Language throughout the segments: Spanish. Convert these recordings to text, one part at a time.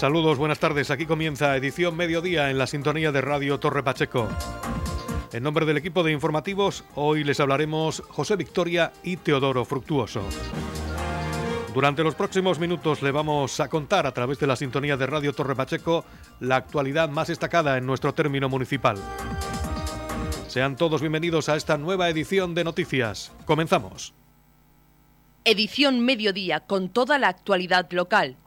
Saludos, buenas tardes. Aquí comienza edición mediodía en la sintonía de Radio Torre Pacheco. En nombre del equipo de informativos, hoy les hablaremos José Victoria y Teodoro Fructuoso. Durante los próximos minutos le vamos a contar a través de la sintonía de Radio Torre Pacheco la actualidad más destacada en nuestro término municipal. Sean todos bienvenidos a esta nueva edición de Noticias. Comenzamos. Edición mediodía con toda la actualidad local.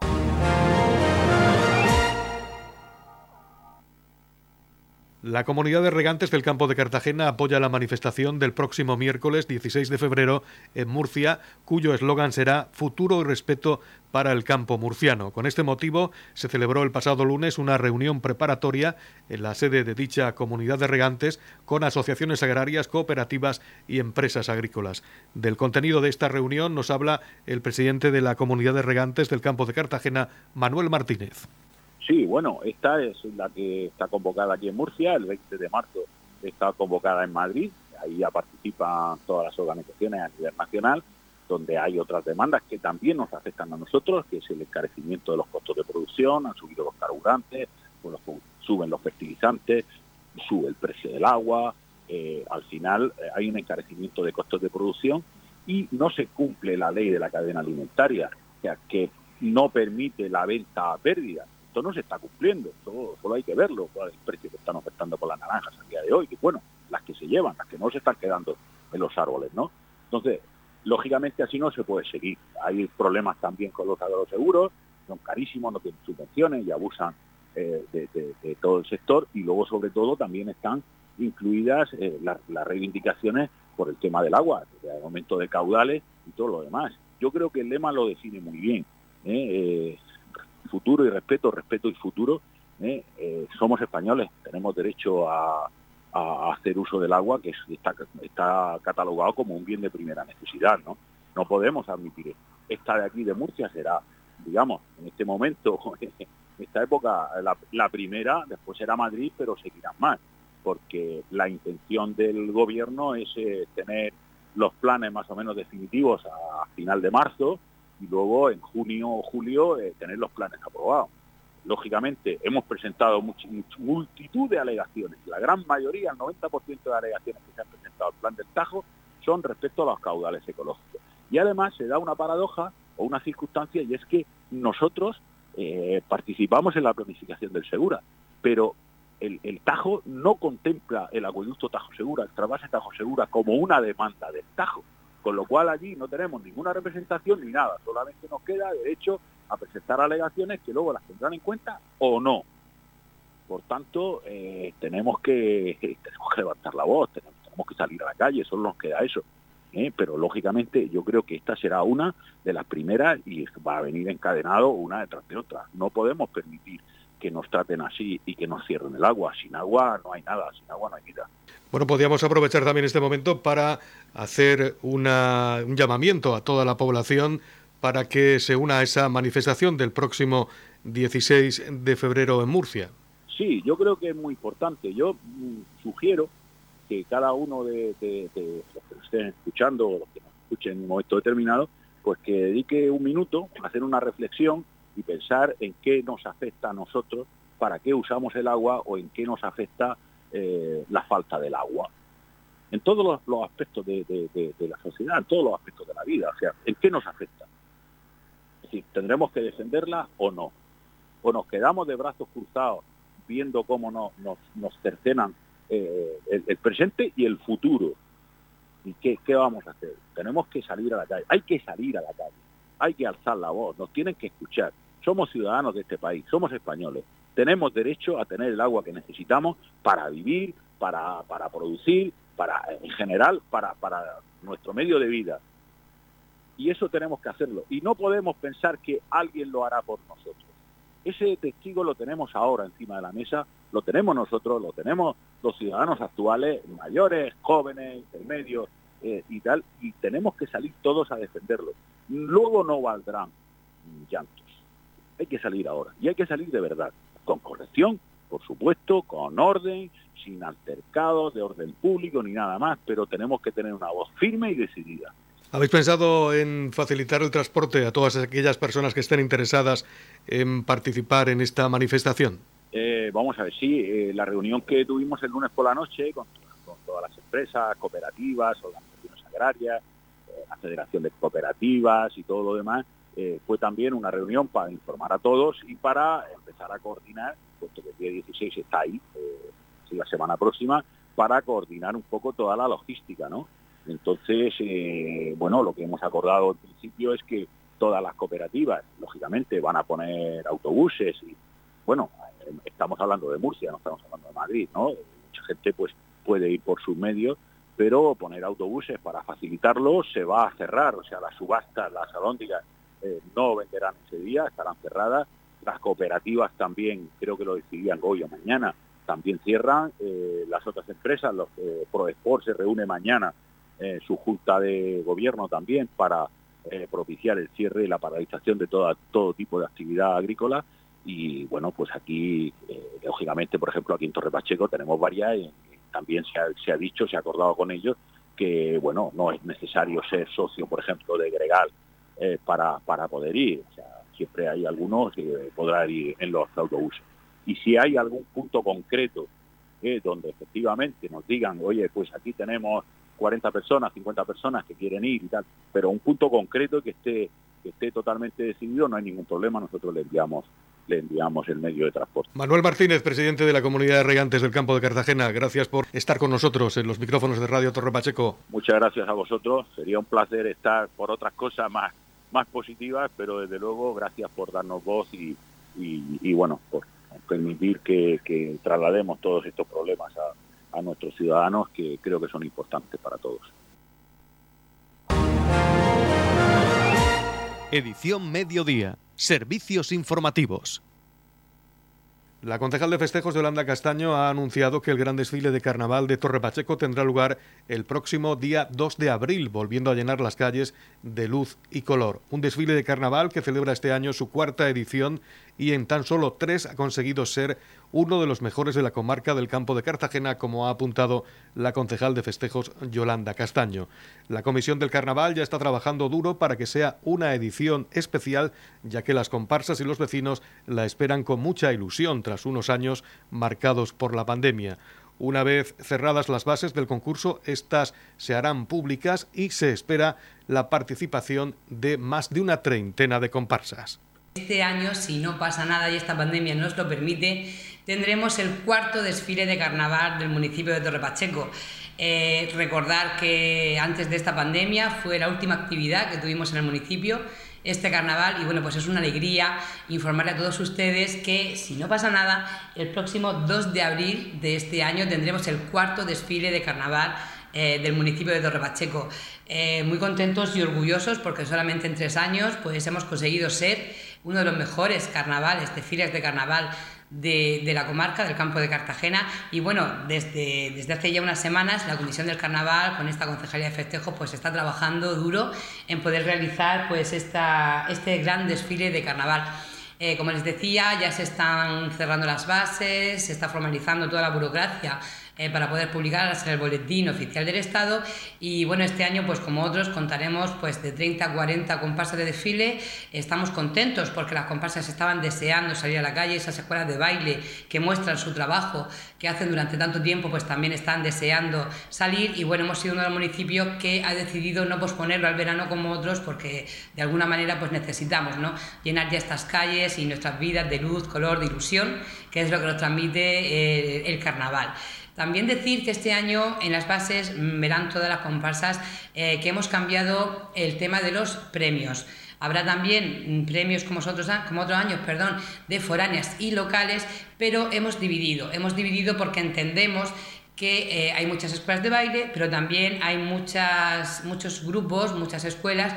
La Comunidad de Regantes del Campo de Cartagena apoya la manifestación del próximo miércoles 16 de febrero en Murcia, cuyo eslogan será Futuro y Respeto para el Campo Murciano. Con este motivo se celebró el pasado lunes una reunión preparatoria en la sede de dicha Comunidad de Regantes con asociaciones agrarias, cooperativas y empresas agrícolas. Del contenido de esta reunión nos habla el presidente de la Comunidad de Regantes del Campo de Cartagena, Manuel Martínez. Sí, bueno, esta es la que está convocada aquí en Murcia, el 20 de marzo está convocada en Madrid, ahí ya participan todas las organizaciones a nivel nacional, donde hay otras demandas que también nos afectan a nosotros, que es el encarecimiento de los costos de producción, han subido los carburantes, suben los fertilizantes, sube el precio del agua, al final hay un encarecimiento de costos de producción y no se cumple la ley de la cadena alimentaria, o sea, que no permite la venta a pérdida. Esto no se está cumpliendo, solo hay que verlo, cuál es el precio que están ofertando por las naranjas a día de hoy, que bueno, las que se llevan, las que no se están quedando en los árboles, ¿no? Entonces, lógicamente así no se puede seguir. Hay problemas también con los agroseguros, son carísimos, no tienen subvenciones y abusan de todo el sector, y luego sobre todo también están incluidas las reivindicaciones por el tema del agua, el aumento de caudales y todo lo demás. Yo creo que el lema lo define muy bien, futuro y respeto, respeto y futuro. Somos españoles, tenemos derecho a hacer uso del agua, que está catalogado como un bien de primera necesidad, ¿no? No podemos admitir. Esta de aquí de Murcia será, digamos, en este momento, en esta época, la primera, después será Madrid, pero seguirán más, porque la intención del gobierno es tener los planes más o menos definitivos a final de marzo, y luego en junio o julio tener los planes aprobados. Lógicamente hemos presentado multitud de alegaciones, la gran mayoría, el 90% de alegaciones que se han presentado al plan del Tajo son respecto a los caudales ecológicos. Y además se da una paradoja o una circunstancia, y es que nosotros participamos en la planificación del Segura, pero el Tajo no contempla el acueducto Tajo Segura, el trasvase Tajo Segura como una demanda del Tajo. Con lo cual allí no tenemos ninguna representación ni nada, solamente nos queda derecho a presentar alegaciones que luego las tendrán en cuenta o no. Por tanto, tenemos que levantar la voz, tenemos que salir a la calle, solo nos queda eso. Pero lógicamente yo creo que esta será una de las primeras y va a venir encadenado una detrás de otra. No podemos permitir que nos traten así y que nos cierren el agua. Sin agua no hay nada, sin agua no hay vida. Bueno, podríamos aprovechar también este momento para hacer un llamamiento a toda la población para que se una a esa manifestación del próximo 16 de febrero en Murcia. Sí, yo creo que es muy importante. Yo sugiero que cada uno de los que estén escuchando o los que nos escuchen en un momento determinado, pues que dedique un minuto a hacer una reflexión y pensar en qué nos afecta a nosotros, para qué usamos el agua o en qué nos afecta la falta del agua. En todos los aspectos de la sociedad, en todos los aspectos de la vida, o sea, ¿en qué nos afecta? Es decir, ¿tendremos que defenderla o no? ¿O nos quedamos de brazos cruzados viendo cómo nos cercenan el presente y el futuro? ¿Y qué vamos a hacer? Tenemos que salir a la calle, hay que salir a la calle, hay que alzar la voz, nos tienen que escuchar. Somos ciudadanos de este país, somos españoles, tenemos derecho a tener el agua que necesitamos para vivir, para producir, en general, para nuestro medio de vida. Y eso tenemos que hacerlo. Y no podemos pensar que alguien lo hará por nosotros. Ese testigo lo tenemos ahora encima de la mesa, lo tenemos nosotros, lo tenemos los ciudadanos actuales, mayores, jóvenes, intermedios y tal, y tenemos que salir todos a defenderlo. Luego no valdrán llantos. Hay que salir ahora, y hay que salir de verdad, con corrección, por supuesto, con orden, sin altercados de orden público ni nada más, pero tenemos que tener una voz firme y decidida. ¿Habéis pensado en facilitar el transporte a todas aquellas personas que estén interesadas en participar en esta manifestación? Vamos a ver, sí, la reunión que tuvimos el lunes por la noche con todas las empresas, cooperativas, organizaciones agrarias, la Federación de Cooperativas y todo lo demás, fue también una reunión para informar a todos y para empezar a coordinar, puesto que el día 16 está ahí, la semana próxima, para coordinar un poco toda la logística, ¿no? Entonces, bueno, lo que hemos acordado al principio es que todas las cooperativas, lógicamente, van a poner autobuses y, bueno, estamos hablando de Murcia, no estamos hablando de Madrid, ¿no? Mucha gente pues puede ir por sus medios, pero poner autobuses para facilitarlo se va a cerrar, o sea, las subastas, las alhóndigas no venderán ese día, estarán cerradas, las cooperativas también, creo que lo decidían hoy o mañana, también cierran, las otras empresas, los ProExport se reúne mañana su junta de gobierno también para propiciar el cierre y la paralización de todo tipo de actividad agrícola. Y bueno, pues aquí, lógicamente, por ejemplo, aquí en Torre Pacheco tenemos varias, y también se ha dicho, se ha acordado con ellos que, bueno, no es necesario ser socio, por ejemplo, de Gregal para poder ir. O sea, siempre hay algunos que podrán ir en los autobuses. Y si hay algún punto concreto donde efectivamente nos digan, oye, pues aquí tenemos 40 personas, 50 personas que quieren ir y tal, pero un punto concreto que esté totalmente decidido, no hay ningún problema, nosotros le enviamos el medio de transporte. Manuel Martínez, presidente de la Comunidad de Regantes del Campo de Cartagena, gracias por estar con nosotros en los micrófonos de Radio Torre Pacheco. Muchas gracias a vosotros, sería un placer estar por otras cosas más positivas, pero desde luego gracias por darnos voz y bueno, por permitir que traslademos todos estos problemas a nuestros ciudadanos, que creo que son importantes para todos. Edición Mediodía. Servicios informativos. La concejal de festejos Yolanda Castaño ha anunciado que el gran desfile de carnaval de Torre Pacheco tendrá lugar el próximo día 2 de abril, volviendo a llenar las calles de luz y color. Un desfile de carnaval que celebra este año su cuarta edición y en tan solo 3 ha conseguido ser uno de los mejores de la comarca del Campo de Cartagena, como ha apuntado la concejal de festejos Yolanda Castaño. La Comisión del Carnaval ya está trabajando duro para que sea una edición especial, ya que las comparsas y los vecinos la esperan con mucha ilusión tras unos años marcados por la pandemia. Una vez cerradas las bases del concurso, estas se harán públicas y se espera la participación de más de una treintena de comparsas. Este año, si no pasa nada y esta pandemia nos lo permite, tendremos el cuarto desfile de carnaval del municipio de Torre Pacheco. Recordar que antes de esta pandemia fue la última actividad que tuvimos en el municipio, este carnaval, y bueno, pues es una alegría informarle a todos ustedes que, si no pasa nada, el próximo 2 de abril de este año tendremos el cuarto desfile de carnaval del municipio de Torre Pacheco. Muy contentos y orgullosos porque solamente en 3 años pues hemos conseguido ser uno de los mejores carnavales, desfiles de carnaval de la comarca, del Campo de Cartagena. Y bueno, desde hace ya unas semanas la Comisión del Carnaval, con esta Concejalía de Festejos, pues está trabajando duro en poder realizar pues este gran desfile de carnaval. Como les decía, ya se están cerrando las bases, se está formalizando toda la burocracia para poder publicarlas en el Boletín Oficial del Estado. Y bueno, este año, pues como otros, contaremos pues de 30 a 40 comparsas de desfile. Estamos contentos porque las comparsas estaban deseando salir a la calle, esas escuelas de baile que muestran su trabajo, que hacen durante tanto tiempo, pues también están deseando salir. Y bueno, hemos sido uno de los municipios que ha decidido no posponerlo al verano como otros, porque de alguna manera pues necesitamos, ¿no?, llenar ya estas calles y nuestras vidas de luz, color, de ilusión, que es lo que nos transmite el carnaval. También decir que este año en las bases verán todas las comparsas que hemos cambiado el tema de los premios. Habrá también premios como otros años, de foráneas y locales, pero hemos dividido porque entendemos que hay muchas escuelas de baile, pero también hay muchos grupos, muchas escuelas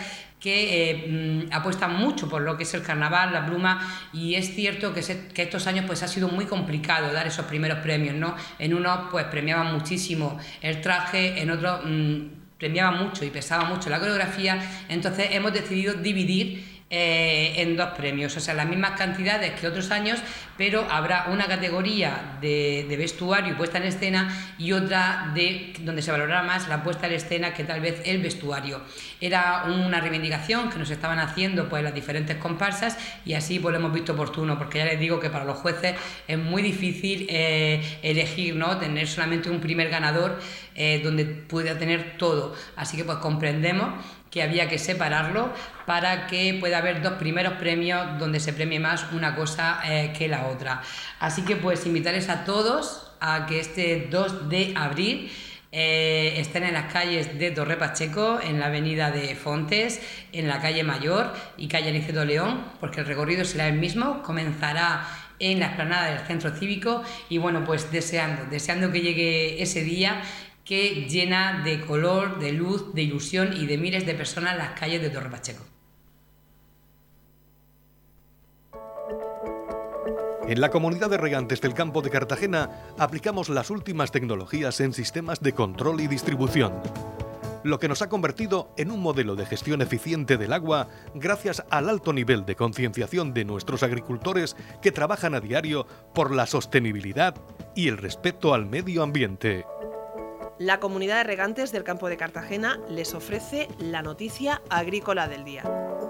que apuestan mucho por lo que es el carnaval, la pluma, y es cierto que estos años pues ha sido muy complicado dar esos primeros premios, ¿no? En uno pues premiaban muchísimo el traje, en otro premiaba mucho y pesaba mucho la coreografía. Entonces hemos decidido dividir en 2 premios, o sea, las mismas cantidades que otros años, pero habrá una categoría de vestuario y puesta en escena y otra donde se valorará más la puesta en escena que tal vez el vestuario. Era una reivindicación que nos estaban haciendo pues las diferentes comparsas y así pues lo hemos visto oportuno, porque ya les digo que para los jueces es muy difícil elegir, ¿no? Tener solamente un primer ganador donde pueda tener todo, así que pues comprendemos que había que separarlo para que pueda haber 2 primeros premios donde se premie más una cosa que la otra. Así que pues invitarles a todos a que este 2 de abril estén en las calles de Torre Pacheco, en la avenida de Fontes, en la calle Mayor y calle Aniceto León, porque el recorrido será el mismo, comenzará en la explanada del Centro Cívico y bueno, pues deseando que llegue ese día que llena de color, de luz, de ilusión y de miles de personas las calles de Torre Pacheco. En la Comunidad de Regantes del Campo de Cartagena aplicamos las últimas tecnologías en sistemas de control y distribución, lo que nos ha convertido en un modelo de gestión eficiente del agua gracias al alto nivel de concienciación de nuestros agricultores que trabajan a diario por la sostenibilidad y el respeto al medio ambiente. La Comunidad de Regantes del Campo de Cartagena les ofrece la noticia agrícola del día.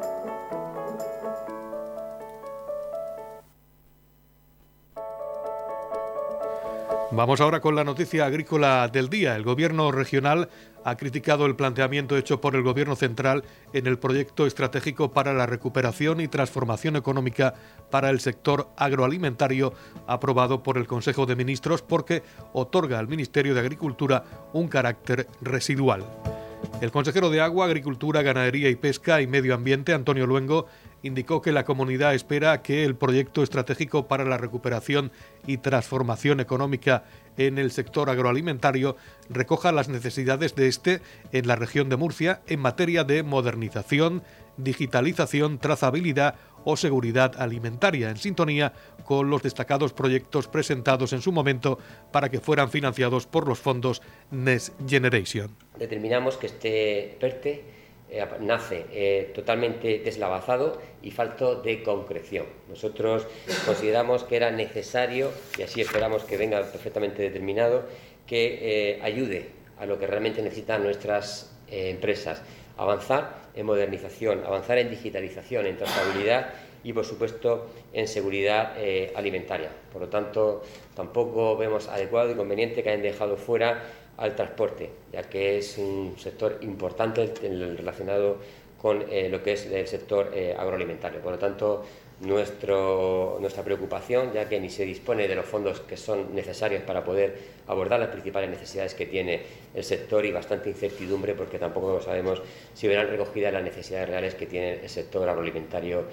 Vamos ahora con la noticia agrícola del día. El Gobierno regional ha criticado el planteamiento hecho por el Gobierno central en el proyecto estratégico para la recuperación y transformación económica para el sector agroalimentario aprobado por el Consejo de Ministros porque otorga al Ministerio de Agricultura un carácter residual. El consejero de Agua, Agricultura, Ganadería y Pesca y Medio Ambiente, Antonio Luengo, indicó que la comunidad espera que el proyecto estratégico para la recuperación y transformación económica en el sector agroalimentario recoja las necesidades de este en la región de Murcia en materia de modernización, digitalización, trazabilidad o seguridad alimentaria, en sintonía con los destacados proyectos presentados en su momento para que fueran financiados por los fondos Next Generation. Determinamos que este PERTE nace totalmente deslavazado y falto de concreción. Nosotros consideramos que era necesario, y así esperamos que venga perfectamente determinado, que ayude a lo que realmente necesitan nuestras empresas, avanzar en modernización, avanzar en digitalización, en trazabilidad y, por supuesto, en seguridad alimentaria. Por lo tanto, tampoco vemos adecuado y conveniente que hayan dejado fuera al transporte, ya que es un sector importante relacionado con lo que es el sector agroalimentario. Por lo tanto, nuestra preocupación, ya que ni se dispone de los fondos que son necesarios para poder abordar las principales necesidades que tiene el sector y bastante incertidumbre porque tampoco sabemos si verán recogidas las necesidades reales que tiene el sector agroalimentario.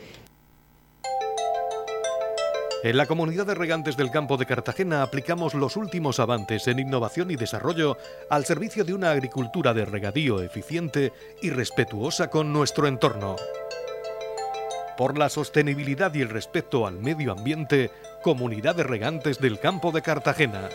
En la Comunidad de Regantes del Campo de Cartagena aplicamos los últimos avances en innovación y desarrollo al servicio de una agricultura de regadío eficiente y respetuosa con nuestro entorno. Por la sostenibilidad y el respeto al medio ambiente, Comunidad de Regantes del Campo de Cartagena.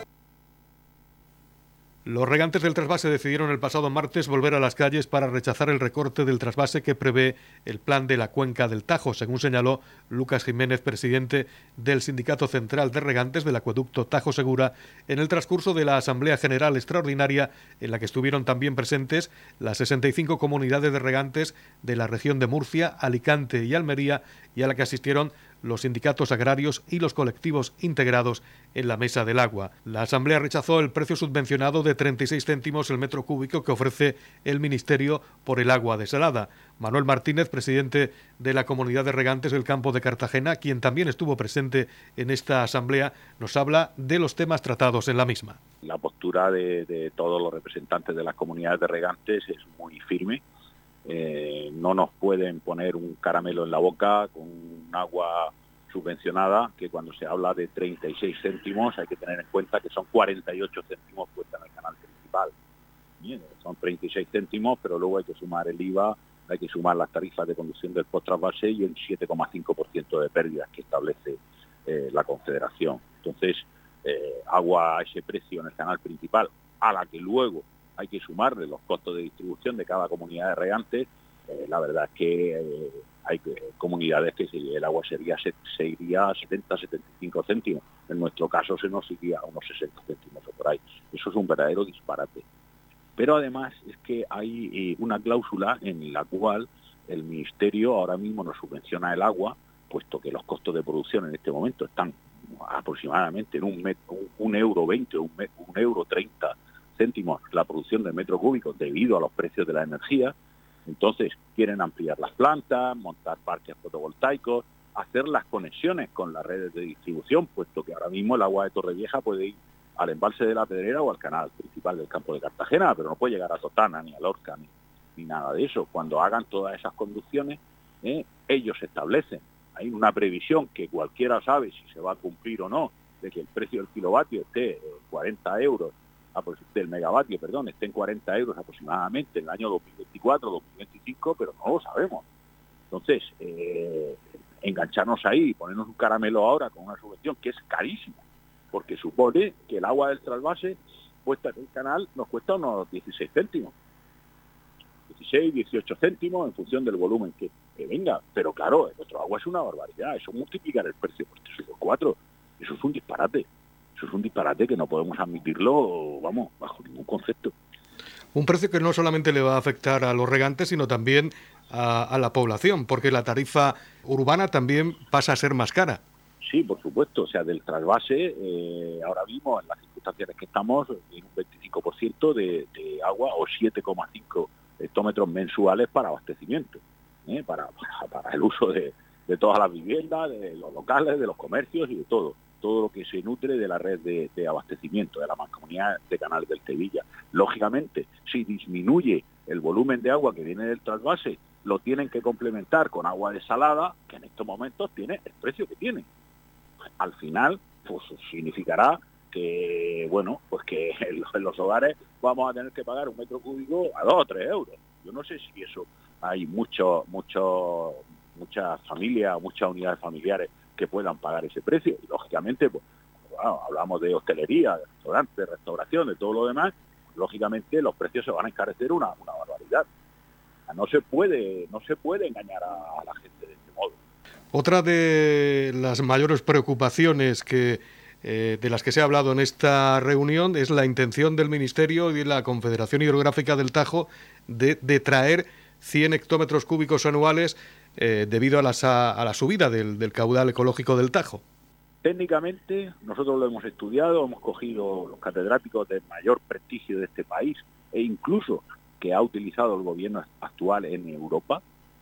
Los regantes del trasvase decidieron el pasado martes volver a las calles para rechazar el recorte del trasvase que prevé el plan de la cuenca del Tajo, según señaló Lucas Jiménez, presidente del Sindicato Central de Regantes del Acueducto Tajo Segura, en el transcurso de la Asamblea General Extraordinaria, en la que estuvieron también presentes las 65 comunidades de regantes de la región de Murcia, Alicante y Almería, y a la que asistieron los sindicatos agrarios y los colectivos integrados en la Mesa del Agua. La Asamblea rechazó el precio subvencionado de 36 céntimos el metro cúbico que ofrece el Ministerio por el agua desalada. Manuel Martínez, presidente de la Comunidad de Regantes del Campo de Cartagena, quien también estuvo presente en esta Asamblea, nos habla de los temas tratados en la misma. La postura de todos los representantes de las comunidades de regantes es muy firme. No nos pueden poner un caramelo en la boca con un agua subvencionada, que cuando se habla de 36 céntimos hay que tener en cuenta que son 48 céntimos puestos en el canal principal. Bien, son 36 céntimos, pero luego hay que sumar el IVA, hay que sumar las tarifas de conducción del post-trasvase y el 7,5% de pérdidas que establece la Confederación. Entonces, agua a ese precio en el canal principal, a la que luego hay que sumarle los costos de distribución de cada comunidad de regantes, la verdad es que hay comunidades que el agua se iría a 70-75 céntimos. En nuestro caso se nos iría a unos 60 céntimos o por ahí. Eso es un verdadero disparate. Pero además es que hay una cláusula en la cual el Ministerio ahora mismo nos subvenciona el agua, puesto que los costos de producción en este momento están aproximadamente en €1,20 o €1,30 la producción de metro cúbico debido a los precios de la energía. Entonces quieren ampliar las plantas, montar parques fotovoltaicos, hacer las conexiones con las redes de distribución, puesto que ahora mismo el agua de Torrevieja puede ir al embalse de la Pedrera o al canal principal del campo de Cartagena, pero no puede llegar a Totana, ni a Lorca, ni nada de eso. Cuando hagan todas esas conducciones, ellos establecen. Hay una previsión que cualquiera sabe si se va a cumplir o no, de que el precio del kilovatio esté 40 euros, del megavatio, perdón, esté en 40 euros aproximadamente en el año 2024, 2025, pero no lo sabemos. Entonces, engancharnos ahí y ponernos un caramelo ahora con una subvención que es carísima, porque supone que el agua del trasvase puesta en el canal nos cuesta unos 16 céntimos. 16, 18 céntimos en función del volumen que venga. Pero claro, nuestro agua es una barbaridad. Eso multiplicar el precio por 3 o por 4. Eso es un disparate. Eso es un disparate que no podemos admitirlo, vamos, bajo ningún concepto. Un precio que no solamente le va a afectar a los regantes, sino también a la población, porque la tarifa urbana también pasa a ser más cara. Sí, por supuesto. O sea, del trasvase, ahora mismo, en las circunstancias en que estamos, en un 25% de agua o 7,5 hectómetros mensuales para abastecimiento, para el uso de todas las viviendas, de los locales, de los comercios y de todo lo que se nutre de la red de abastecimiento de la Mancomunidad de Canal del Tevilla. Lógicamente, si disminuye el volumen de agua que viene del trasvase, lo tienen que complementar con agua desalada, que en estos momentos tiene el precio que tiene. Al final, pues significará que, bueno, pues que en los hogares vamos a tener que pagar un metro cúbico a 2 o 3 euros. Yo no sé si eso hay muchas familias, muchas unidades familiares que puedan pagar ese precio. Y lógicamente, pues bueno, hablamos de hostelería, de restaurantes, de restauración, de todo lo demás, lógicamente los precios se van a encarecer una barbaridad. No se puede engañar a la gente de este modo. Otra de las mayores preocupaciones de las que se ha hablado en esta reunión es la intención del Ministerio y de la Confederación Hidrográfica del Tajo de traer 100 hectómetros cúbicos anuales debido a la subida del caudal ecológico del Tajo. Técnicamente, nosotros lo hemos estudiado, hemos cogido los catedráticos de mayor prestigio de este país e incluso que ha utilizado el gobierno actual en Europa.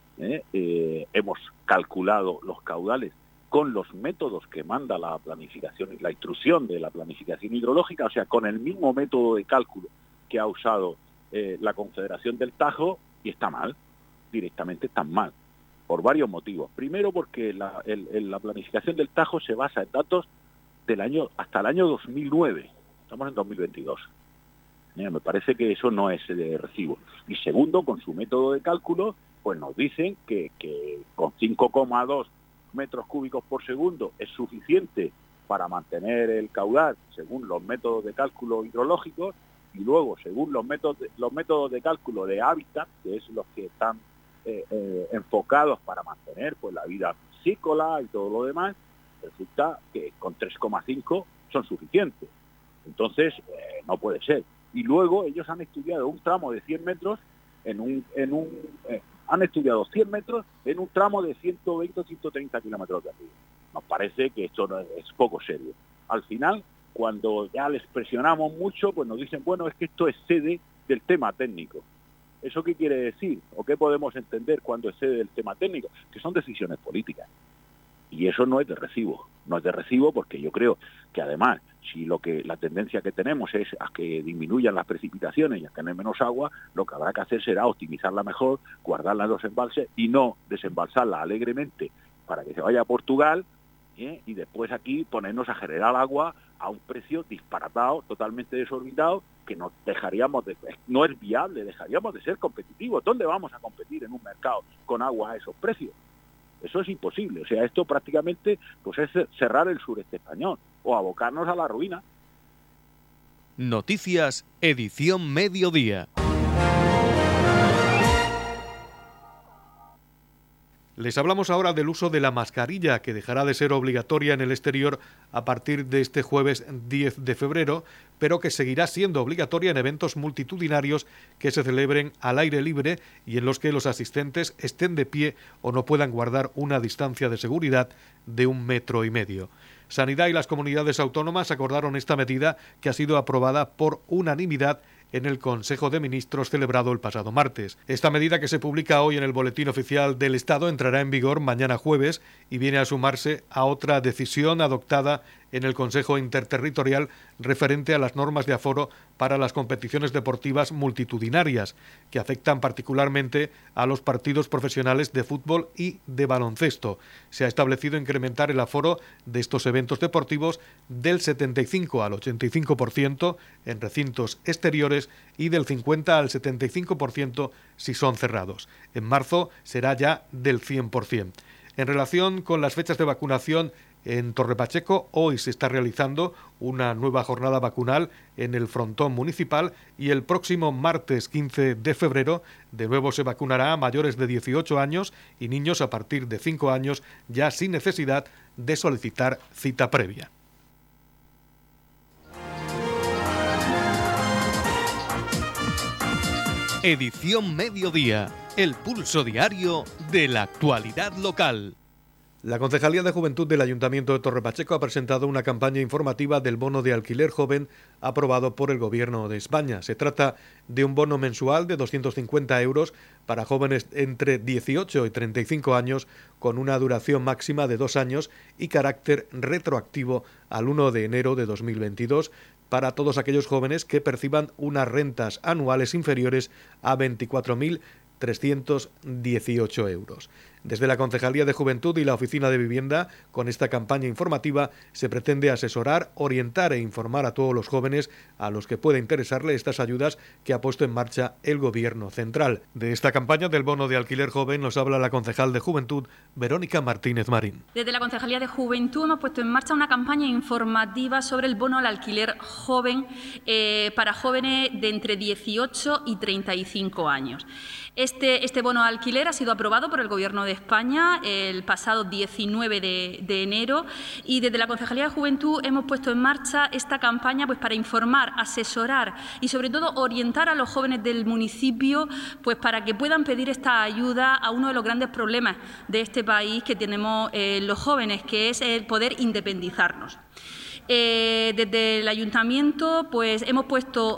Hemos calculado los caudales con los métodos que manda la planificación, la instrucción de la planificación hidrológica, o sea, con el mismo método de cálculo que ha usado la Confederación del Tajo, y está mal, directamente está mal, por varios motivos. Primero, porque la planificación del Tajo se basa en datos hasta el año 2009, estamos en 2022. Me parece que eso no es de recibo. Y segundo, con su método de cálculo, pues nos dicen que con 5,2 metros cúbicos por segundo es suficiente para mantener el caudal según los métodos de cálculo hidrológicos, y luego según los métodos de cálculo de hábitat, que es los que están enfocados para mantener pues la vida piscícola y todo lo demás, resulta que con 3,5 son suficientes. Entonces no puede ser. Y luego ellos han estudiado un tramo de 100 metros han estudiado 100 metros en un tramo de 120 o 130 kilómetros de arriba. Nos parece que esto es poco serio. Al final, cuando ya les presionamos mucho, pues nos dicen, bueno, es que esto excede del tema técnico. ¿Eso qué quiere decir? ¿O qué podemos entender cuando excede del tema técnico? Que son decisiones políticas. Y eso no es de recibo. No es de recibo porque yo creo que además, si la tendencia que tenemos es a que disminuyan las precipitaciones y a tener menos agua, lo que habrá que hacer será optimizarla mejor, guardarla en los embalses y no desembalsarla alegremente para que se vaya a Portugal, y después aquí ponernos a generar agua a un precio disparatado, totalmente desorbitado, que no es viable, dejaríamos de ser competitivos. ¿Dónde vamos a competir en un mercado con agua a esos precios? Eso es imposible. O sea, esto prácticamente pues es cerrar el sureste español o abocarnos a la ruina. Noticias, edición mediodía. Les hablamos ahora del uso de la mascarilla, que dejará de ser obligatoria en el exterior a partir de este jueves 10 de febrero, pero que seguirá siendo obligatoria en eventos multitudinarios que se celebren al aire libre y en los que los asistentes estén de pie o no puedan guardar una distancia de seguridad de 1,5 metros. Sanidad y las comunidades autónomas acordaron esta medida, que ha sido aprobada por unanimidad en el Consejo de Ministros celebrado el pasado martes. Esta medida, que se publica hoy en el Boletín Oficial del Estado, entrará en vigor mañana jueves y viene a sumarse a otra decisión adoptada en el Consejo Interterritorial referente a las normas de aforo para las competiciones deportivas multitudinarias, que afectan particularmente a los partidos profesionales de fútbol y de baloncesto. Se ha establecido incrementar el aforo de estos eventos deportivos del 75 al 85% en recintos exteriores y del 50 al 75% si son cerrados. En marzo será ya del 100%. En relación con las fechas de vacunación, en Torre Pacheco hoy se está realizando una nueva jornada vacunal en el frontón municipal y el próximo martes 15 de febrero de nuevo se vacunará a mayores de 18 años y niños a partir de 5 años, ya sin necesidad de solicitar cita previa. Edición Mediodía, el pulso diario de la actualidad local. La Concejalía de Juventud del Ayuntamiento de Torre Pacheco ha presentado una campaña informativa del bono de alquiler joven aprobado por el Gobierno de España. Se trata de un bono mensual de 250 euros para jóvenes entre 18 y 35 años con una duración máxima de 2 años y carácter retroactivo al 1 de enero de 2022 para todos aquellos jóvenes que perciban unas rentas anuales inferiores a 24.318 euros. Desde la Concejalía de Juventud y la Oficina de Vivienda, con esta campaña informativa se pretende asesorar, orientar e informar a todos los jóvenes a los que pueda interesarle estas ayudas que ha puesto en marcha el Gobierno central. De esta campaña del bono de alquiler joven nos habla la concejal de Juventud, Verónica Martínez Marín. Desde la Concejalía de Juventud hemos puesto en marcha una campaña informativa sobre el bono al alquiler joven para jóvenes de entre 18 y 35 años. Este bono de alquiler ha sido aprobado por el Gobierno de España el pasado 19 de enero y desde la Concejalía de Juventud hemos puesto en marcha esta campaña pues para informar, asesorar y sobre todo orientar a los jóvenes del municipio pues para que puedan pedir esta ayuda a uno de los grandes problemas de este país que tenemos los jóvenes, que es el poder independizarnos. Desde el Ayuntamiento pues hemos puesto,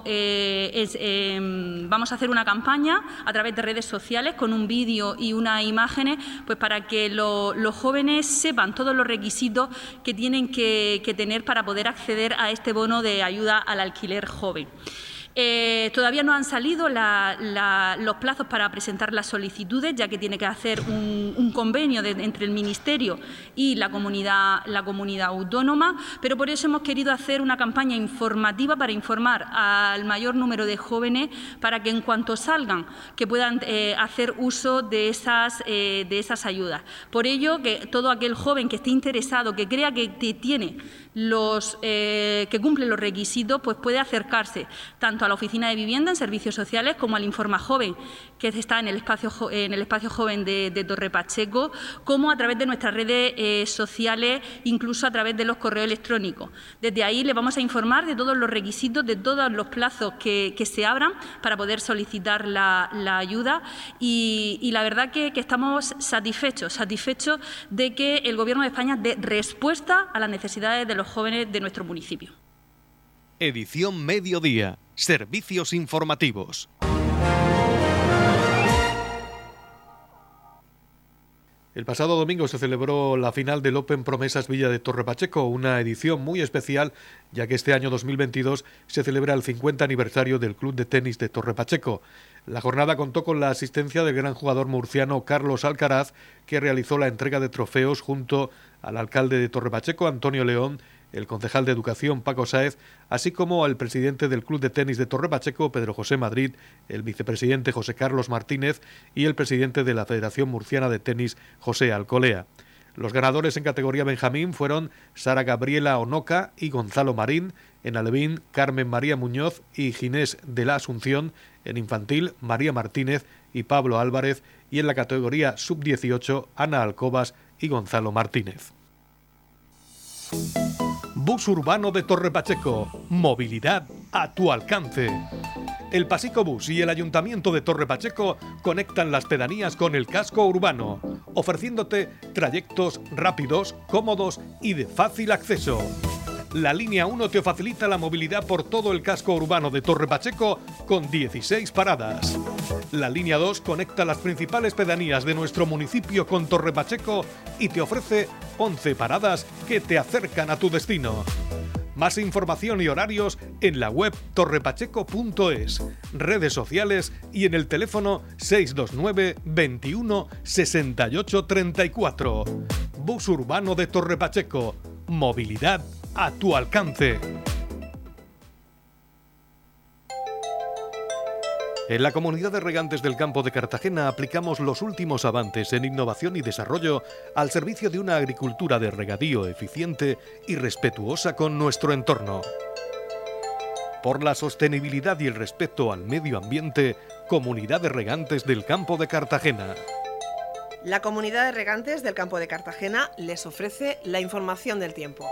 vamos a hacer una campaña a través de redes sociales con un vídeo y unas imágenes pues para que los jóvenes sepan todos los requisitos que tienen que tener para poder acceder a este bono de ayuda al alquiler joven. Todavía no han salido los plazos para presentar las solicitudes, ya que tiene que hacer un convenio entre el Ministerio y la comunidad autónoma, pero por eso hemos querido hacer una campaña informativa para informar al mayor número de jóvenes para que en cuanto salgan que puedan hacer uso de esas ayudas. Por ello, que todo aquel joven que esté interesado, que crea que tiene que cumple los requisitos, pues puede acercarse tanto a la Oficina de Vivienda en Servicios Sociales como al Informa Joven, que está en el espacio joven de Torre Pacheco, como a través de nuestras redes sociales, incluso a través de los correos electrónicos. Desde ahí les vamos a informar de todos los requisitos, de todos los plazos que se abran para poder solicitar la ayuda y la verdad que estamos satisfechos de que el Gobierno de España dé respuesta a las necesidades de los jóvenes de nuestro municipio. Edición Mediodía. Servicios informativos. El pasado domingo se celebró la final del Open Promesas Villa de Torre Pacheco, una edición muy especial, ya que este año 2022 se celebra el 50 aniversario del Club de Tenis de Torre Pacheco. La jornada contó con la asistencia del gran jugador murciano Carlos Alcaraz, que realizó la entrega de trofeos junto al alcalde de Torre Pacheco, Antonio León, el concejal de Educación, Paco Sáez, así como al presidente del Club de Tenis de Torre Pacheco, Pedro José Madrid, el vicepresidente José Carlos Martínez y el presidente de la Federación Murciana de Tenis, José Alcolea. Los ganadores en categoría Benjamín fueron Sara Gabriela Onoca y Gonzalo Marín. En alevín, Carmen María Muñoz y Ginés de la Asunción. En infantil, María Martínez y Pablo Álvarez. Y en la categoría sub-18, Ana Alcobas y Gonzalo Martínez. Bus urbano de Torre Pacheco. Movilidad a tu alcance. El Pasico Bus y el Ayuntamiento de Torre Pacheco conectan las pedanías con el casco urbano, ofreciéndote trayectos rápidos, cómodos y de fácil acceso. La línea 1 te facilita la movilidad por todo el casco urbano de Torre Pacheco con 16 paradas. La línea 2 conecta las principales pedanías de nuestro municipio con Torre Pacheco y te ofrece 11 paradas que te acercan a tu destino. Más información y horarios en la web torrepacheco.es, redes sociales y en el teléfono 629 21 68 34. Bus urbano de Torre Pacheco. Movilidad a tu alcance. En la Comunidad de Regantes del Campo de Cartagena aplicamos los últimos avances en innovación y desarrollo al servicio de una agricultura de regadío eficiente y respetuosa con nuestro entorno. Por la sostenibilidad y el respeto al medio ambiente, Comunidad de Regantes del Campo de Cartagena. La Comunidad de Regantes del Campo de Cartagena les ofrece la información del tiempo.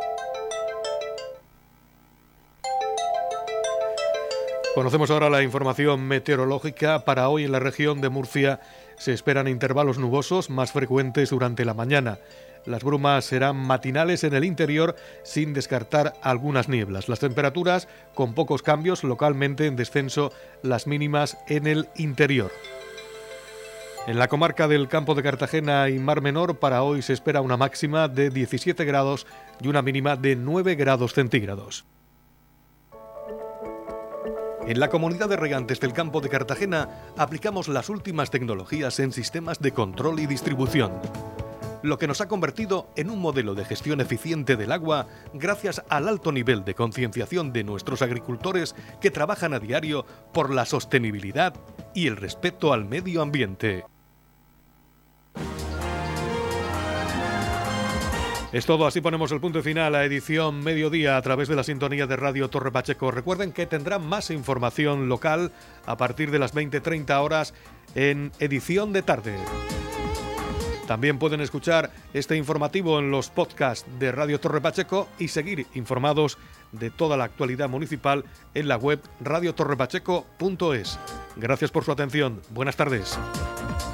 Conocemos ahora la información meteorológica. Para hoy en la región de Murcia se esperan intervalos nubosos más frecuentes durante la mañana. Las brumas serán matinales en el interior sin descartar algunas nieblas. Las temperaturas con pocos cambios, localmente en descenso las mínimas en el interior. En la comarca del Campo de Cartagena y Mar Menor para hoy se espera una máxima de 17 grados y una mínima de 9 grados centígrados. En la Comunidad de Regantes del Campo de Cartagena aplicamos las últimas tecnologías en sistemas de control y distribución, lo que nos ha convertido en un modelo de gestión eficiente del agua gracias al alto nivel de concienciación de nuestros agricultores que trabajan a diario por la sostenibilidad y el respeto al medio ambiente. Es todo, así ponemos el punto final a edición mediodía a través de la sintonía de Radio Torre Pacheco. Recuerden que tendrán más información local a partir de las 20:30 horas en edición de tarde. También pueden escuchar este informativo en los podcasts de Radio Torre Pacheco y seguir informados de toda la actualidad municipal en la web radiotorrepacheco.es. Gracias por su atención. Buenas tardes.